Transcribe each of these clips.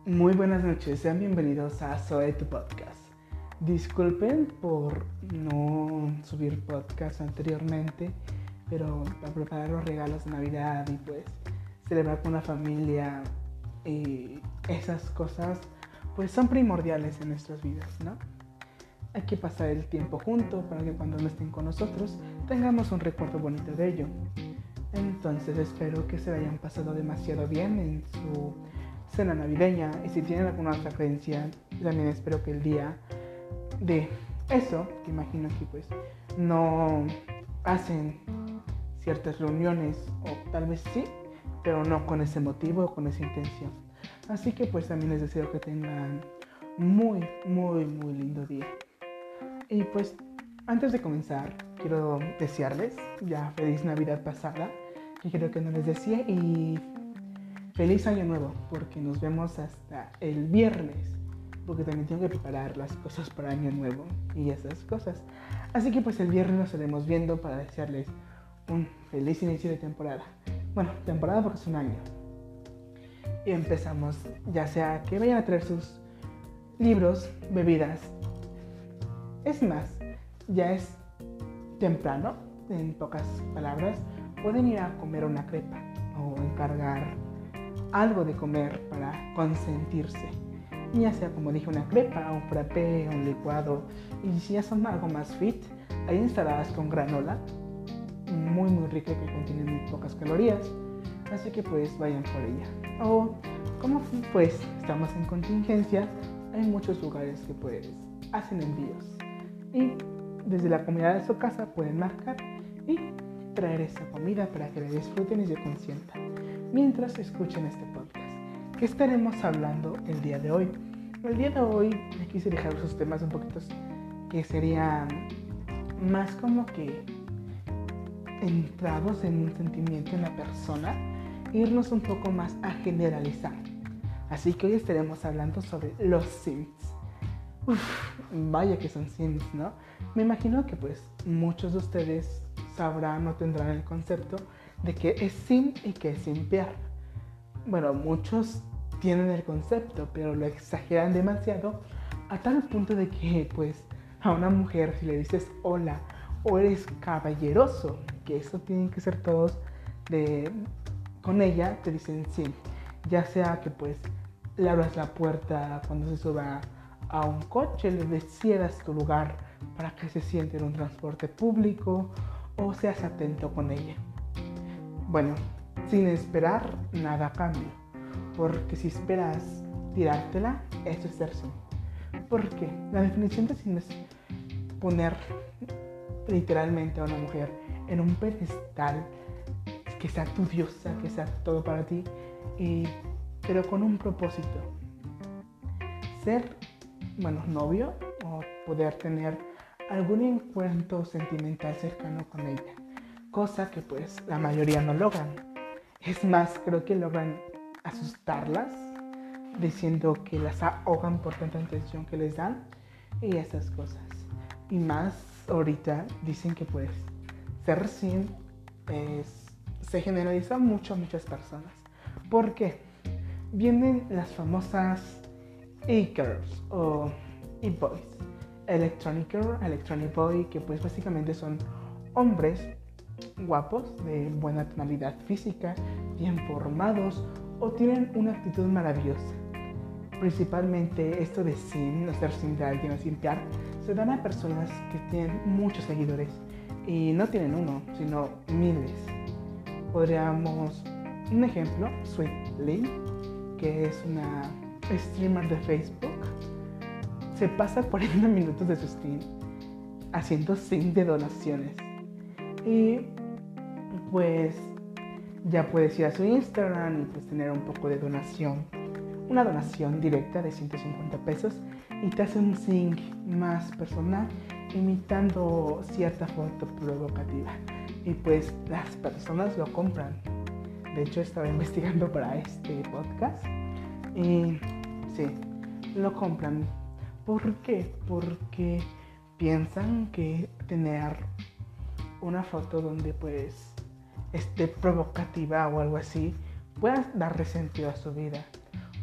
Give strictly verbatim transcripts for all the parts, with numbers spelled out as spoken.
Muy buenas noches, sean bienvenidos a Zoe tu podcast. Disculpen por no subir podcast anteriormente, pero para preparar los regalos de Navidad y pues celebrar con la familia y esas cosas pues son primordiales en nuestras vidas, ¿no? Hay que pasar el tiempo juntos para que cuando no estén con nosotros tengamos un recuerdo bonito de ello. Entonces espero que se la hayan pasado demasiado bien en su cena navideña, y si tienen alguna otra creencia, también espero que el día de eso, que imagino que pues no hacen ciertas reuniones, o tal vez sí, pero no con ese motivo o con esa intención. Así que pues también les deseo que tengan muy, muy, muy lindo día. Y pues antes de comenzar, quiero desearles ya feliz Navidad pasada, que creo que no les decía, y feliz año nuevo, porque nos vemos hasta el viernes, porque también tengo que preparar las cosas para año nuevo y esas cosas. Así que pues el viernes nos estaremos viendo para desearles un feliz inicio de temporada. Bueno, temporada porque es un año. Y empezamos, ya sea que vayan a traer sus libros, bebidas. Es más, ya es temprano, en pocas palabras, pueden ir a comer una crepa o encargar algo de comer para consentirse, ya sea como dije una crepa, un frappé, un licuado, y si ya son algo más fit, hay ensaladas con granola muy muy rica que contienen muy pocas calorías, así que pues vayan por ella. O como pues estamos en contingencia, hay muchos lugares que pues hacen envíos y desde la comodidad de su casa pueden marcar y traer esa comida para que la disfruten y se consientan mientras escuchen este podcast. ¿Qué estaremos hablando el día de hoy? El día de hoy me quise dejar esos temas un poquito que serían más como que entrados en un sentimiento en la persona, e irnos un poco más a generalizar. Así que hoy estaremos hablando sobre los sims. Uf, vaya que son sims, ¿no? Me imagino que pues muchos de ustedes sabrán o tendrán el concepto de qué es sim y qué es simpear. Bueno, muchos tienen el concepto, pero lo exageran demasiado a tal punto de que pues a una mujer si le dices hola o eres caballeroso, que eso tienen que ser todos de con ella, te dicen sim. Ya sea que pues le abras la puerta cuando se suba a un coche, le cedas tu lugar para que se siente en un transporte público, o seas atento con ella. Bueno, sin esperar nada a cambio, porque si esperas tirártela, eso es ser sim. Porque la definición de sim es poner literalmente a una mujer en un pedestal, que sea tu diosa, que sea todo para ti, y, pero con un propósito: ser, bueno, novio, o poder tener algún encuentro sentimental cercano con ella, cosa que pues la mayoría no logran. Es más, creo que logran asustarlas diciendo que las ahogan por tanta atención que les dan y esas cosas. Y más ahorita dicen que pues ser sim es, se generaliza mucho a muchas personas. ¿Por qué? Vienen las famosas e-girls o e-boys, electronic girl, electronic boy, que pues básicamente son hombres guapos, de buena tonalidad física, bien formados o tienen una actitud maravillosa. Principalmente esto de sim, no ser sim de alguien o simpear, se dan a personas que tienen muchos seguidores y no tienen uno, sino miles. Podríamos, un ejemplo, Sweet Link, que es una streamer de Facebook, se pasa cuarenta minutos de su stream haciendo sim de donaciones. Y pues ya puedes ir a su Instagram y pues tener un poco de donación, una donación directa de ciento cincuenta pesos, y te hace un sync más personal imitando cierta foto provocativa, y pues las personas lo compran. De hecho estaba investigando para este podcast y sí, lo compran. ¿Por qué? Porque piensan que tener una foto donde pues esté provocativa o algo así pueda darle sentido a su vida,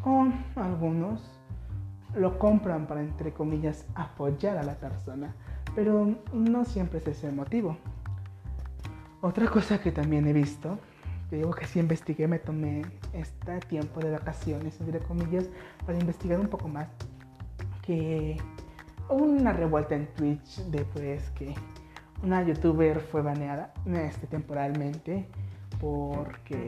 O algunos lo compran para, entre comillas, apoyar a la persona, pero no siempre es ese el motivo. Otra cosa que también he visto, que digo que sí investigué, me tomé este tiempo de vacaciones, entre comillas, para investigar un poco más, que hubo una revuelta en Twitch de pues que una youtuber fue baneada este, temporalmente porque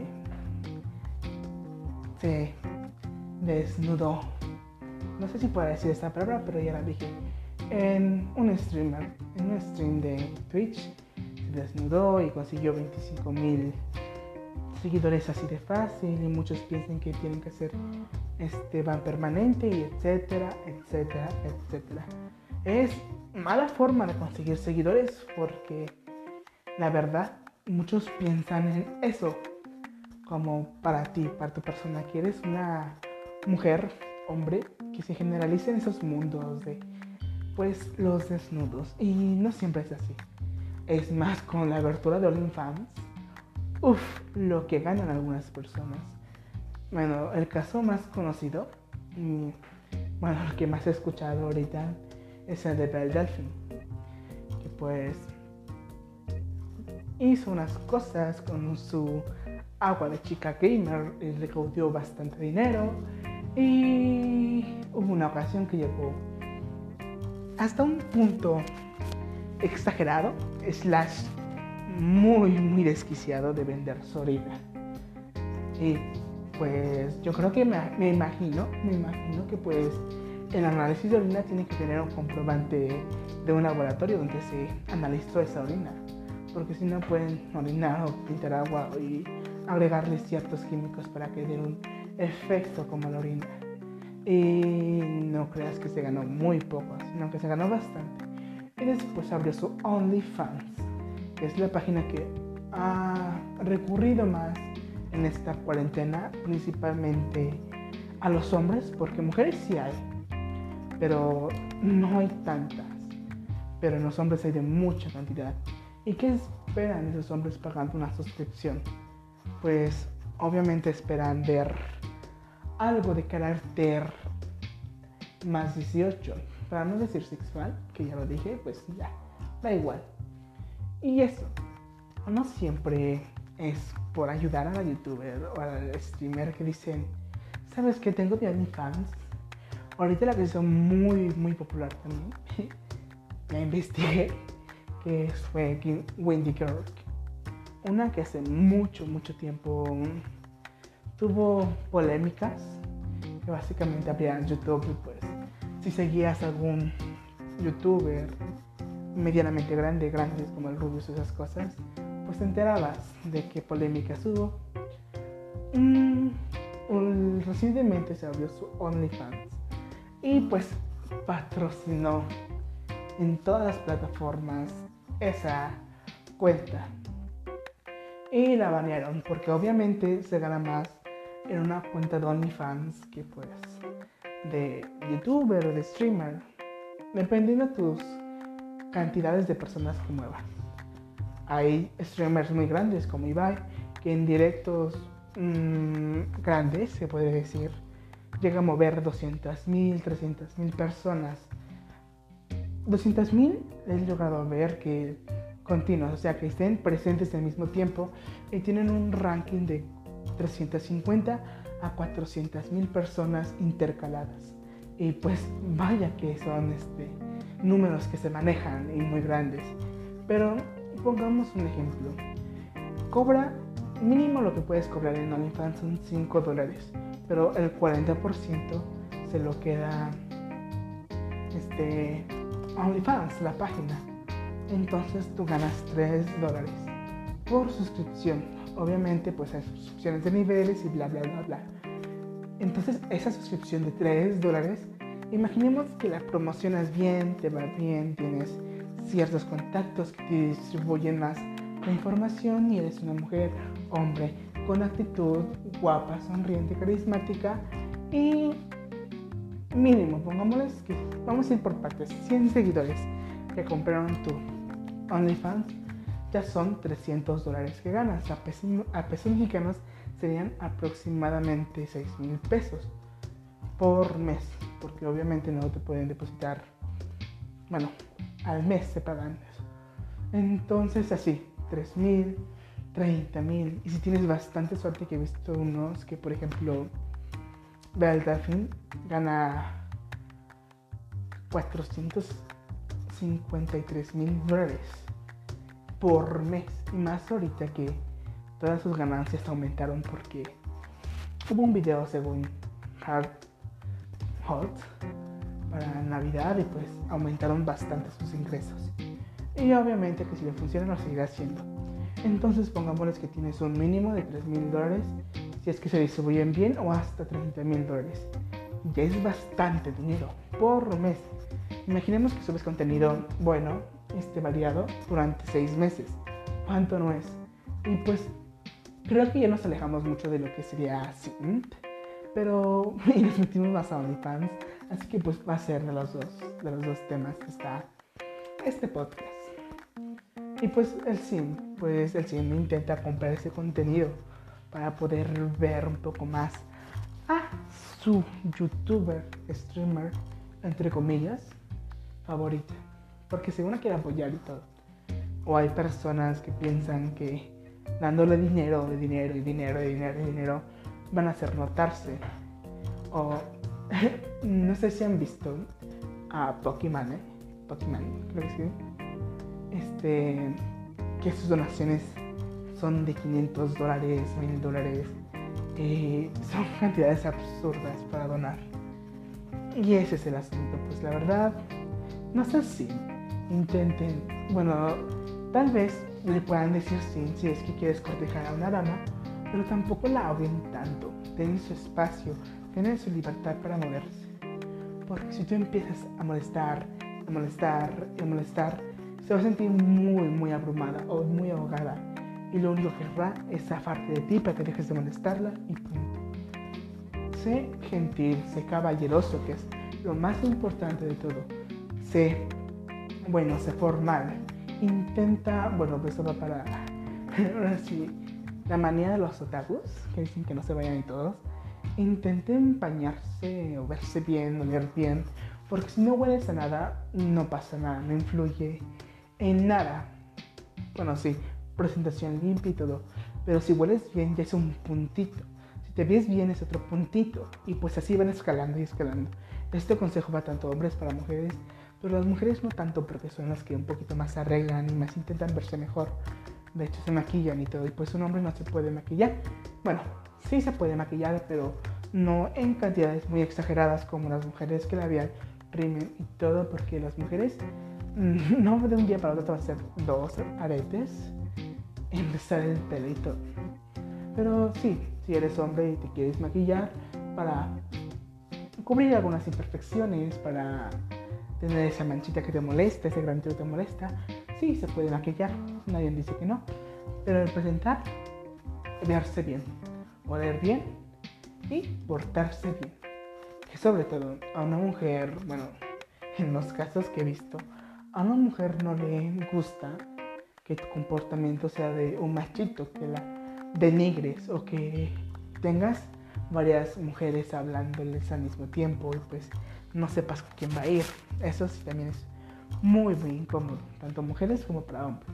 se desnudó, no sé si puedo decir esta palabra, pero ya la dije, en un streamer, en un stream de Twitch, se desnudó y consiguió veinticinco mil seguidores así de fácil, y muchos piensan que tienen que hacer este ban permanente y etcétera, etcétera, etcétera. Es mala forma de conseguir seguidores porque la verdad muchos piensan en eso como para ti, para tu persona, que eres una mujer, hombre, que se generaliza en esos mundos de pues los desnudos, y no siempre es así. Es más, con la abertura de OnlyFans, uff, lo que ganan algunas personas. Bueno, el caso más conocido, y, bueno, el que más he escuchado ahorita es el de Belle Delphine, que pues hizo unas cosas con su agua de chica gamer y recaudó bastante dinero, y hubo una ocasión que llegó hasta un punto exagerado, slash muy muy desquiciado, de vender su orina. Y pues yo creo que me, me imagino, me imagino que pues el análisis de orina tiene que tener un comprobante de un laboratorio donde se analizó esa orina, porque si no pueden orinar o pintar agua y agregarle ciertos químicos para que den un efecto como la orina. Y no creas que se ganó muy poco, sino que se ganó bastante. Y después abrió su OnlyFans, que es la página que ha recurrido más en esta cuarentena, principalmente a los hombres, porque mujeres sí hay, pero no hay tantas. Pero en los hombres hay de mucha cantidad. ¿Y qué esperan esos hombres pagando una suscripción? Pues obviamente esperan ver algo de carácter más dieciocho, para no decir sexual, que ya lo dije, pues ya, da igual. Y eso, no siempre es por ayudar a la youtuber o al streamer que dicen, ¿sabes qué? Tengo mi OnlyFans. Ahorita la que hizo muy, muy popular también, la investigué, que fue Wendy Kirk, una que hace mucho, mucho tiempo tuvo polémicas, que básicamente abrían YouTube y pues si seguías a algún youtuber medianamente grande, grandes como el Rubius y esas cosas, pues te enterabas de qué polémicas hubo. Mm, recientemente se abrió su OnlyFans y pues patrocinó en todas las plataformas esa cuenta y la banearon porque obviamente se gana más en una cuenta de OnlyFans que pues de youtuber o de streamer, dependiendo de tus cantidades de personas que muevan. Hay streamers muy grandes como Ibai, que en directos mmm, grandes, se puede decir, llega a mover doscientas mil, trescientas mil personas. doscientas mil he logrado ver que continuos, o sea que estén presentes al mismo tiempo y tienen un ranking de trescientas cincuenta a cuatrocientas mil personas intercaladas. Y pues vaya que son este, números que se manejan y muy grandes. Pero pongamos un ejemplo. Cobra mínimo, lo que puedes cobrar en OnlyFans son cinco dólares, pero el cuarenta por ciento se lo queda este, OnlyFans, la página. Entonces tú ganas tres dólares por suscripción. Obviamente pues hay suscripciones de niveles y bla bla bla bla. Entonces esa suscripción de tres dólares, imaginemos que la promocionas bien, te va bien, tienes ciertos contactos que te distribuyen más la información y eres una mujer, hombre, con actitud, guapa, sonriente, carismática y mínimo, pongámosles que vamos a ir por partes, cien seguidores que compraron tu OnlyFans, ya son trescientos dólares que ganas. A pesos, a pesos mexicanos serían aproximadamente seis mil pesos. por mes, porque obviamente no te pueden depositar, bueno, al mes se pagan eso. Entonces así, tres mil, treinta mil, y si tienes bastante suerte, que he visto unos que, por ejemplo, Belle Delphine gana cuatrocientos cincuenta y tres mil dólares por mes, y más ahorita que todas sus ganancias aumentaron porque hubo un video según Hard Hot para Navidad y pues aumentaron bastante sus ingresos, y obviamente que si le funciona lo seguirá haciendo. Entonces pongámosles que tienes un mínimo de tres mil dólares si es que se distribuyen bien, o hasta treinta mil dólares. Ya es bastante dinero por mes. Imaginemos que subes contenido bueno, este variado, durante seis meses. ¿Cuánto no es? Y pues creo que ya nos alejamos mucho de lo que sería simp, pero y nos metimos más a OnlyFans, así que pues va a ser de los dos, de los dos temas que está este podcast. Y pues el simp, pues el simp intenta comprar ese contenido para poder ver un poco más a su youtuber, streamer, entre comillas, favorita, porque según la quiere apoyar y todo. O hay personas que piensan que dándole dinero, de dinero y dinero y dinero y dinero van a hacer notarse. O no sé si han visto a Pokémon, ¿eh? Pokémon, creo que sí. Este, que sus donaciones son de quinientos dólares, mil dólares. Eh, son cantidades absurdas para donar. Y ese es el asunto, pues la verdad, no es así. Intenten, bueno, tal vez le puedan decir sí si es que quieres cortejar a una dama, pero tampoco la ahoguen tanto. Denle su espacio, denle su libertad para moverse. Porque si tú empiezas a molestar, a molestar, a molestar, se va a sentir muy, muy abrumada o muy ahogada. Y lo único que hará es zafarte de ti para que dejes de molestarla y punto. Sé gentil, sé caballeroso, que es lo más importante de todo. Sé, bueno, sé formal. Intenta, bueno, pues solo para, ahora sí, la manía de los otakus, que dicen que no se vayan y todos. Intenten bañarse o verse bien, oler bien, porque si no hueles a nada, no pasa nada, no influye en nada. Bueno, sí, presentación limpia y todo, pero si hueles bien ya es un puntito. Si te ves bien es otro puntito, y pues así van escalando y escalando. Este consejo va tanto a hombres para mujeres, pero las mujeres no tanto, porque son las que un poquito más se arreglan y más intentan verse mejor. De hecho se maquillan y todo, y pues un hombre no se puede maquillar. Bueno, sí se puede maquillar, pero no en cantidades muy exageradas como las mujeres, que labial, rímel y todo, porque las mujeres no de un día para otro te va a hacer dos aretes, empezar el pelo y todo. Pero sí, si eres hombre y te quieres maquillar para cubrir algunas imperfecciones, para tener esa manchita que te molesta, ese granito que te molesta, sí se puede maquillar, nadie dice que no. Pero el presentar, verse bien, oler bien y portarse bien. Que sobre todo a una mujer, bueno, en los casos que he visto, a una mujer no le gusta que tu comportamiento sea de un machito, que la denigres o que tengas varias mujeres hablándoles al mismo tiempo y pues no sepas con quién va a ir. Eso sí también es muy muy incómodo, tanto mujeres como para hombres.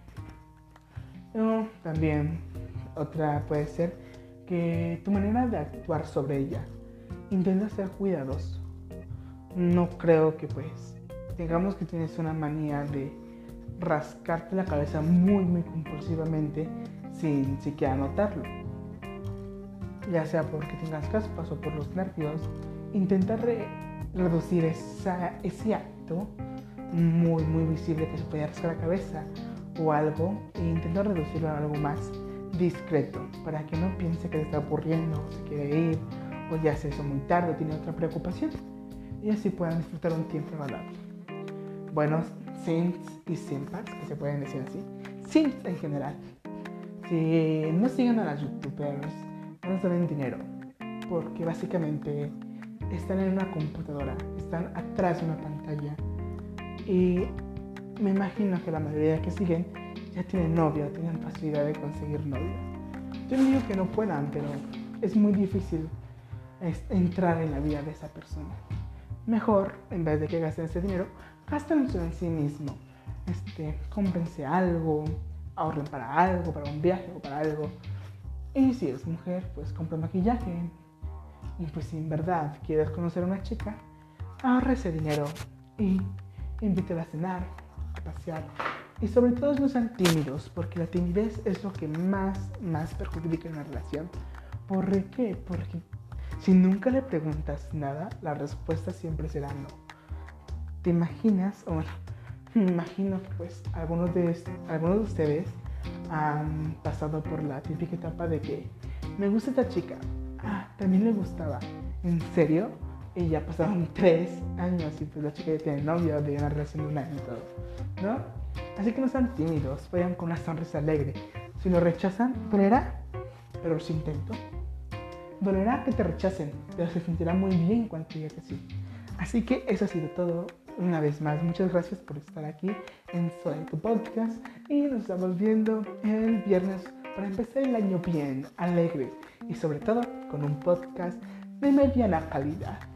Pero también otra puede ser que tu manera de actuar sobre ella, intenta ser cuidadoso. No creo que pues digamos que tienes una manía de rascarte la cabeza muy muy compulsivamente sin siquiera notarlo, ya sea porque tengas caspas o por los nervios. Intenta re- reducir esa, ese acto muy muy visible que se puede rascar la cabeza o algo, e intenta reducirlo a algo más discreto para que no piense que te está aburriendo, se quiere ir, o ya se hizo muy tarde o tiene otra preocupación, y así puedan disfrutar un tiempo agradable. Bueno, simps y simpas, que se pueden decir así, simps en general, si no sigan a las youtubers, no les den dinero, porque básicamente están en una computadora, están atrás de una pantalla, y me imagino que la mayoría que siguen ya tienen novia, tienen facilidad de conseguir novia. Yo no digo que no puedan, pero es muy difícil es entrar en la vida de esa persona. Mejor, en vez de que gasten ese dinero, gástenlo en sí mismo. Este, cómprense algo, ahorren para algo, para un viaje o para algo. Y si eres mujer, pues compra maquillaje. Y pues si en verdad quieres conocer a una chica, ahorra ese dinero y invítela a cenar, a pasear. Y sobre todo no sean tímidos, porque la timidez es lo que más, más perjudica en una relación. ¿Por qué? Porque si nunca le preguntas nada, la respuesta siempre será no. ¿Te imaginas? O bueno, me imagino que pues algunos de, algunos de ustedes han pasado por la típica etapa de que me gusta esta chica. Ah, también le gustaba. ¿En serio? Y ya pasaron tres años y pues la chica ya tiene novio, de una relación de un año y todo, ¿no? Así que no sean tímidos, vayan con una sonrisa alegre. Si lo rechazan, dolerá, pero si intento. Dolerá que te rechacen, pero se sentirá muy bien cuando te diga que sí. Así que eso ha sido todo. Una vez más, muchas gracias por estar aquí en Soy tu Podcast y nos estamos viendo el viernes para empezar el año bien, alegre y sobre todo con un podcast de mediana calidad.